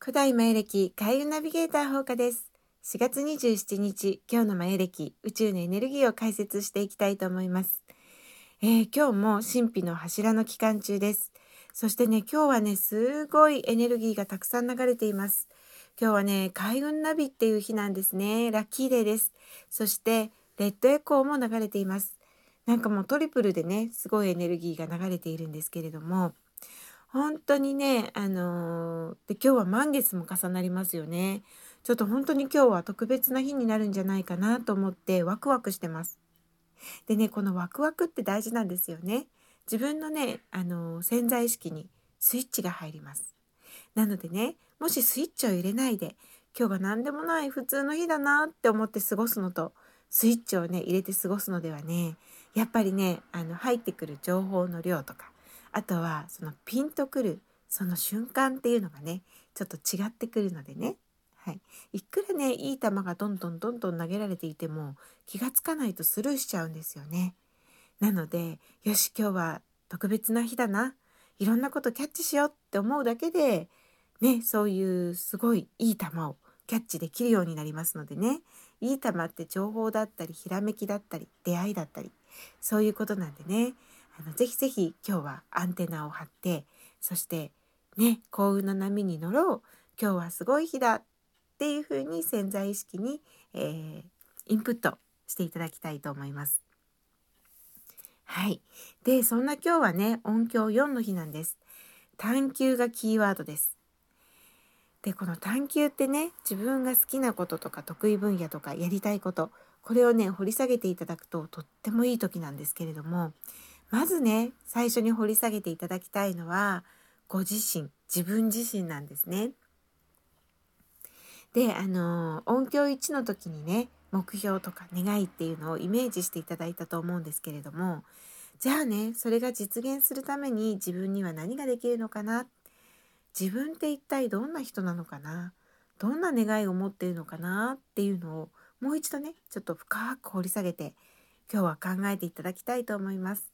古代マヤ暦開運ナビゲーターほうかです。4月27日、今日のマヤ暦宇宙のエネルギーを解説していきたいと思います。今日も神秘の柱の期間中です。そしてね、今日はね、すごいエネルギーがたくさん流れています。今日はね、開運ナビっていう日なんですね。ラッキーデーです。そしてレッドエコーも流れています。なんかもうトリプルでね、すごいエネルギーが流れているんですけれども、本当にね、で、今日は満月も重なりますよね。ちょっと本当に今日は特別な日になるんじゃないかなと思ってワクワクしてます。でね、このワクワクって大事なんですよね。自分のね、潜在意識にスイッチが入ります。なのでね、もしスイッチを入れないで、今日が何でもない普通の日だなって思って過ごすのと、スイッチをね、入れて過ごすのではね、やっぱりね、入ってくる情報の量とか、あとはそのピンとくるその瞬間っていうのがね、ちょっと違ってくるのでね。はい。いくらね、いい球がどんどんどんどん投げられていても、気がつかないとスルーしちゃうんですよね。なので、よし、今日は特別な日だな。いろんなことキャッチしようって思うだけで、ね、そういうすごいいい球をキャッチできるようになりますのでね。いい球って情報だったり、ひらめきだったり、出会いだったり、そういうことなんでね。ぜひぜひ今日はアンテナを張って、そしてね、幸運の波に乗ろう。今日はすごい日だっていうふうに潜在意識に、インプットしていただきたいと思います。はい。で、そんな今日はね、音響4の日なんです。探求がキーワードです。で、この探求ってね、自分が好きなこととか得意分野とかやりたいこと、これをね、掘り下げていただくととってもいい時なんですけれども、まずね、最初に掘り下げていただきたいのは、ご自身、自分自身なんですね。で、音響1の時にね、目標とか願いっていうのをイメージしていただいたと思うんですけれども、じゃあね、それが実現するために自分には何ができるのかな、自分って一体どんな人なのかな、どんな願いを持っているのかなっていうのをもう一度ね、ちょっと深く掘り下げて今日は考えていただきたいと思います。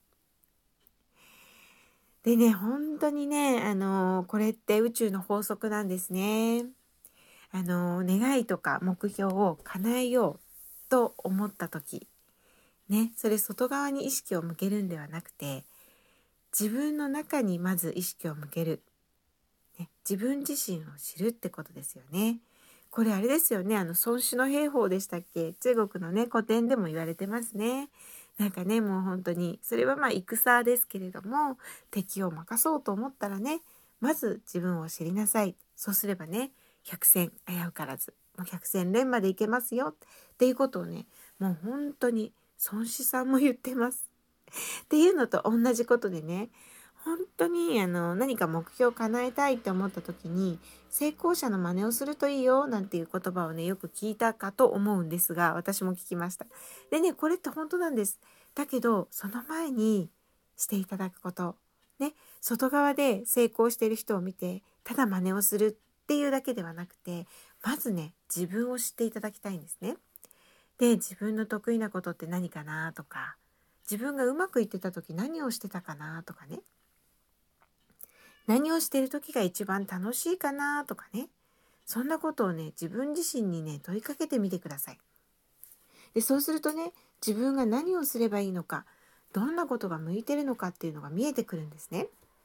でね、本当にね、これって宇宙の法則なんですね。願いとか目標を叶えようと思った時、ね、それ外側に意識を向けるんではなくて、自分の中にまず意識を向ける。ね、自分自身を知るってことですよね。これあれですよね。孫子の兵法でしたっけ？中国のね、古典でも言われてますね。なんかね、もう本当に、それはまあ戦ですけれども、敵を任そうと思ったらね、まず自分を知りなさい。そうすればね、百戦危うからず、もう百戦錬までいけますよっていうことをね、もう本当に孫子さんも言ってます。っていうのと同じことでね、本当に何か目標を叶えたいって思った時に、成功者の真似をするといいよなんていう言葉をね、よく聞いたかと思うんですが、私も聞きました。でね、これって本当なんです。だけどその前にしていただくこと、ね、外側で成功している人を見てただ真似をするっていうだけではなくて、まずね、自分を知っていただきたいんですね。で、自分の得意なことって何かなとか、自分がうまくいってた時何をしてたかなとかね、何をしてる時が一番楽しいかなとかね、そんなことをね、自分自身にね、問いかけてみてください。で、そうするとね、自分が何をすればいいのか、どんなことが向いてるのかっていうのが見えてくるんですね。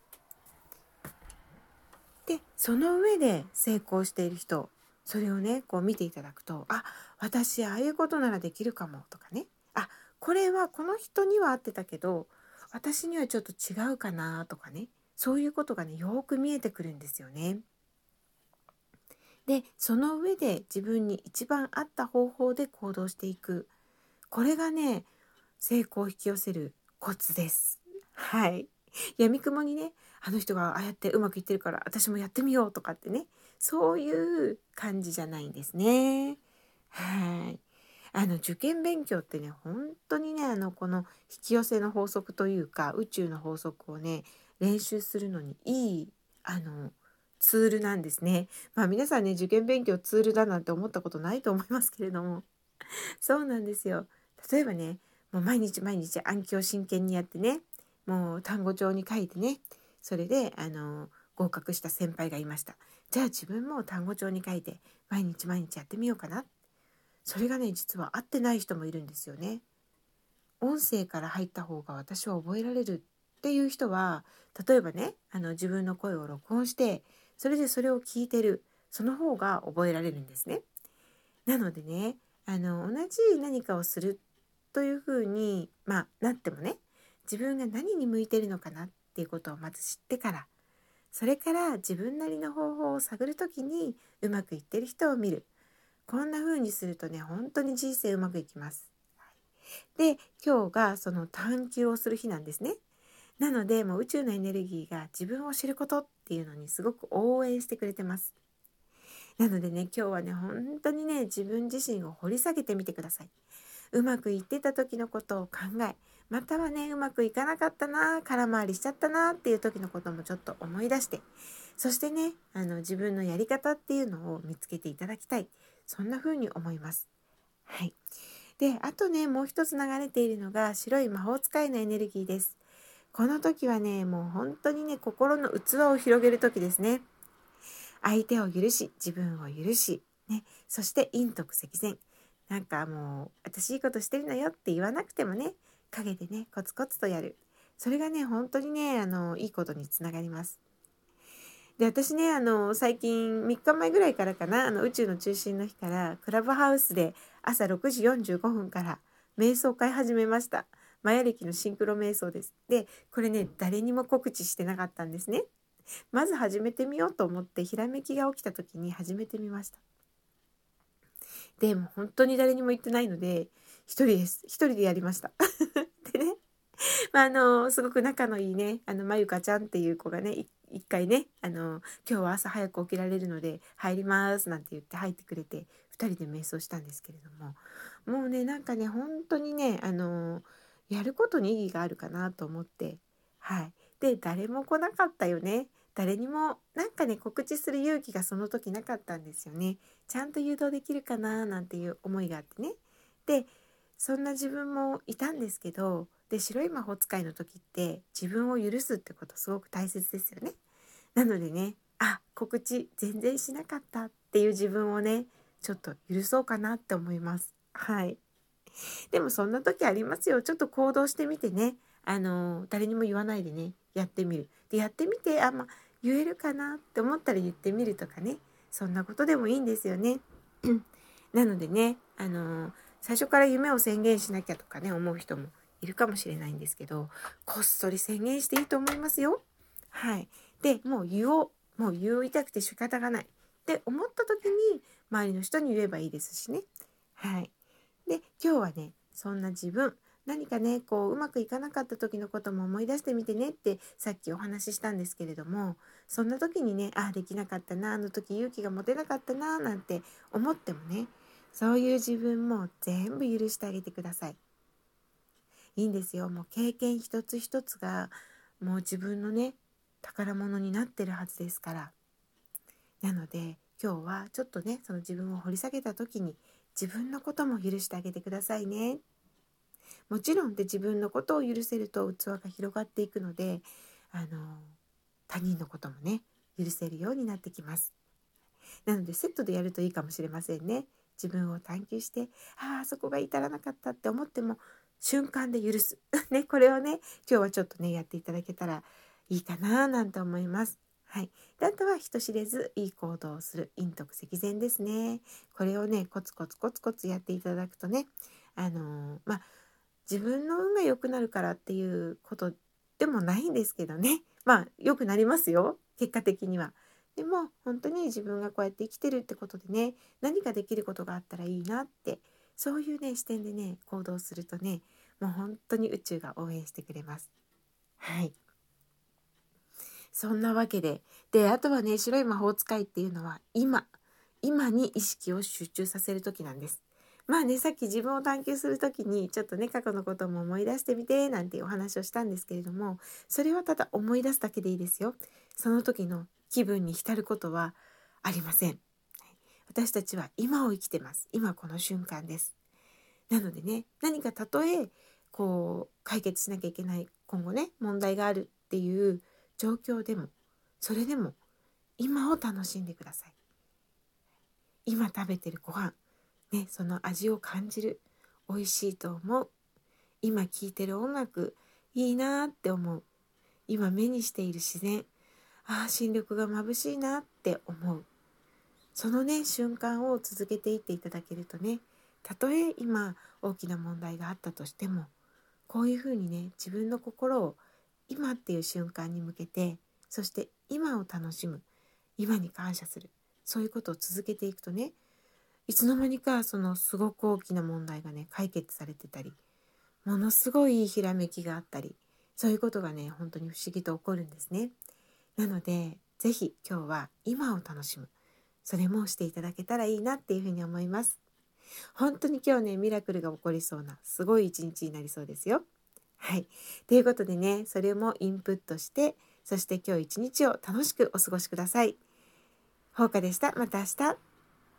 で、その上で成功している人、それをね、こう見ていただくと、あ、私ああいうことならできるかもとかね、あ、これはこの人には合ってたけど、私にはちょっと違うかなとかね、そういうことがね、よく見えてくるんですよね。で、その上で自分に一番合った方法で行動していく。これがね、成功を引き寄せるコツです。はい。闇雲にね、あの人がああやってうまくいってるから私もやってみようとかってね、そういう感じじゃないんですね。はい。受験勉強ってね、本当にね、この引き寄せの法則というか、宇宙の法則をね、練習するのにいい、ツールなんですね。まあ皆さんね、受験勉強ツールだなんて思ったことないと思いますけれども、そうなんですよ。例えばね、もう毎日毎日暗記を真剣にやってね、もう単語帳に書いてね、それで合格した先輩がいました。じゃあ自分も単語帳に書いて毎日毎日やってみようかな。それがね、実は合ってない人もいるんですよね。音声から入った方が私は覚えられるっていう人は、例えばね、自分の声を録音して、それでそれを聞いてる、その方が覚えられるんですね。なのでね、同じ何かをするというふうに、なってもね、自分が何に向いてるのかなっていうことをまず知ってから、それから自分なりの方法を探るときにうまくいってる人を見る。こんな風にするとね、本当に人生うまくいきます。で、今日がその探求をする日なんですね。なので、もう宇宙のエネルギーが自分を知ることっていうのにすごく応援してくれてます。なのでね、今日はね、本当にね、自分自身を掘り下げてみてください。うまくいってた時のことを考え、またはね、うまくいかなかったな、空回りしちゃったなっていう時のこともちょっと思い出して、そしてね、自分のやり方っていうのを見つけていただきたい。そんな風に思います。はい。で、あとね、もう一つ流れているのが白い魔法使いのエネルギーです。この時はね、もう本当にね、心の器を広げる時ですね。相手を許し、自分を許し、ね、そして陰徳積善。なんかもう、私いいことしてるのよって言わなくてもね、陰でね、コツコツとやる。それがね、本当にね、いいことにつながります。で、私ね、最近3日前ぐらいからかな、宇宙の中心の日から、クラブハウスで朝6時45分から瞑想会始めました。マヤ暦のシンクロ瞑想です。で、これね、誰にも告知してなかったんですね。まず始めてみようと思ってひらめきが起きた時に始めてみました。でも本当に誰にも言ってないので一人です。一人でやりました。でね、すごく仲のいいね、まゆかちゃんっていう子がね、一回ね、今日は朝早く起きられるので入りますなんて言って入ってくれて二人で瞑想したんですけれども、もうね、なんかね、本当にね、やることに意義があるかなと思って、はい。で、誰も来なかったよね。誰にもなんかね、告知する勇気がその時なかったんですよね。ちゃんと誘導できるかななんていう思いがあってね。で、そんな自分もいたんですけど、で、白い魔法使いの時って自分を許すってことすごく大切ですよね。なのでね、告知全然しなかったっていう自分をね、ちょっと許そうかなって思います。はい。でもそんな時ありますよ。ちょっと行動してみてね。誰にも言わないでね、やってみる。で、やってみて、言えるかなって思ったら言ってみるとかね。そんなことでもいいんですよね。なのでね、最初から夢を宣言しなきゃとかね、思う人もいるかもしれないんですけど、こっそり宣言していいと思いますよ。はい。で、もう言いたくて仕方がない。って思った時に、周りの人に言えばいいですしね。はい。で、今日はね、そんな自分、何かね、こう、うまくいかなかった時のことも思い出してみてねってさっきお話ししたんですけれども、そんな時にね、できなかったな、あの時勇気が持てなかったな、なんて思ってもね、そういう自分も全部許してあげてください。いいんですよ。もう経験一つ一つが、もう自分のね、宝物になってるはずですから。なので、今日はちょっとね、その自分を掘り下げた時に、自分のことも許してあげてくださいね。もちろんで自分のことを許せると器が広がっていくので、あの他人のこともね許せるようになってきます。なのでセットでやるといいかもしれませんね。自分を探求して、そこが至らなかったって思っても瞬間で許すね、これをね今日はちょっとねやっていただけたらいいかななんて思います。はい。で、あとは人知れずいい行動をする陰徳積善ですね。これをねコツコツコツコツやっていただくとね、自分の運が良くなるからっていうことでもないんですけどね。良くなりますよ。結果的には。でも本当に自分がこうやって生きてるってことでね、何かできることがあったらいいなって、そういうね視点でね行動するとね、もう本当に宇宙が応援してくれます。はい。そんなわけで、あとはね、白い魔法使いっていうのは今に意識を集中させる時なんです。さっき自分を探求する時にちょっとね過去のことも思い出してみてなんていうお話をしたんですけれども、それはただ思い出すだけでいいですよ。その時の気分に浸ることはありません。私たちは今を生きてます。今この瞬間です。なのでね、何かたとえこう解決しなきゃいけない今後ね問題があるっていう状況でも、 それでも今を楽しんでください。今食べてるご飯、ね、その味を感じる、美味しいと思う、今聴いてる音楽いいなって思う、今目にしている自然、新緑が眩しいなって思う、そのね瞬間を続けていっていただけるとね、たとえ今大きな問題があったとしても、こういうふうにね自分の心を今っていう瞬間に向けて、そして今を楽しむ、今に感謝する、そういうことを続けていくとね、いつの間にかそのすごく大きな問題がね解決されてたり、ものすごいいいひらめきがあったり、そういうことがね本当に不思議と起こるんですね。なのでぜひ今日は今を楽しむ、それもしていただけたらいいなっていうふうに思います。本当に今日ねミラクルが起こりそうなすごい一日になりそうですよ。はい。ということでね、それもインプットして、そして今日一日を楽しくお過ごしください。ほうかでした。また明日。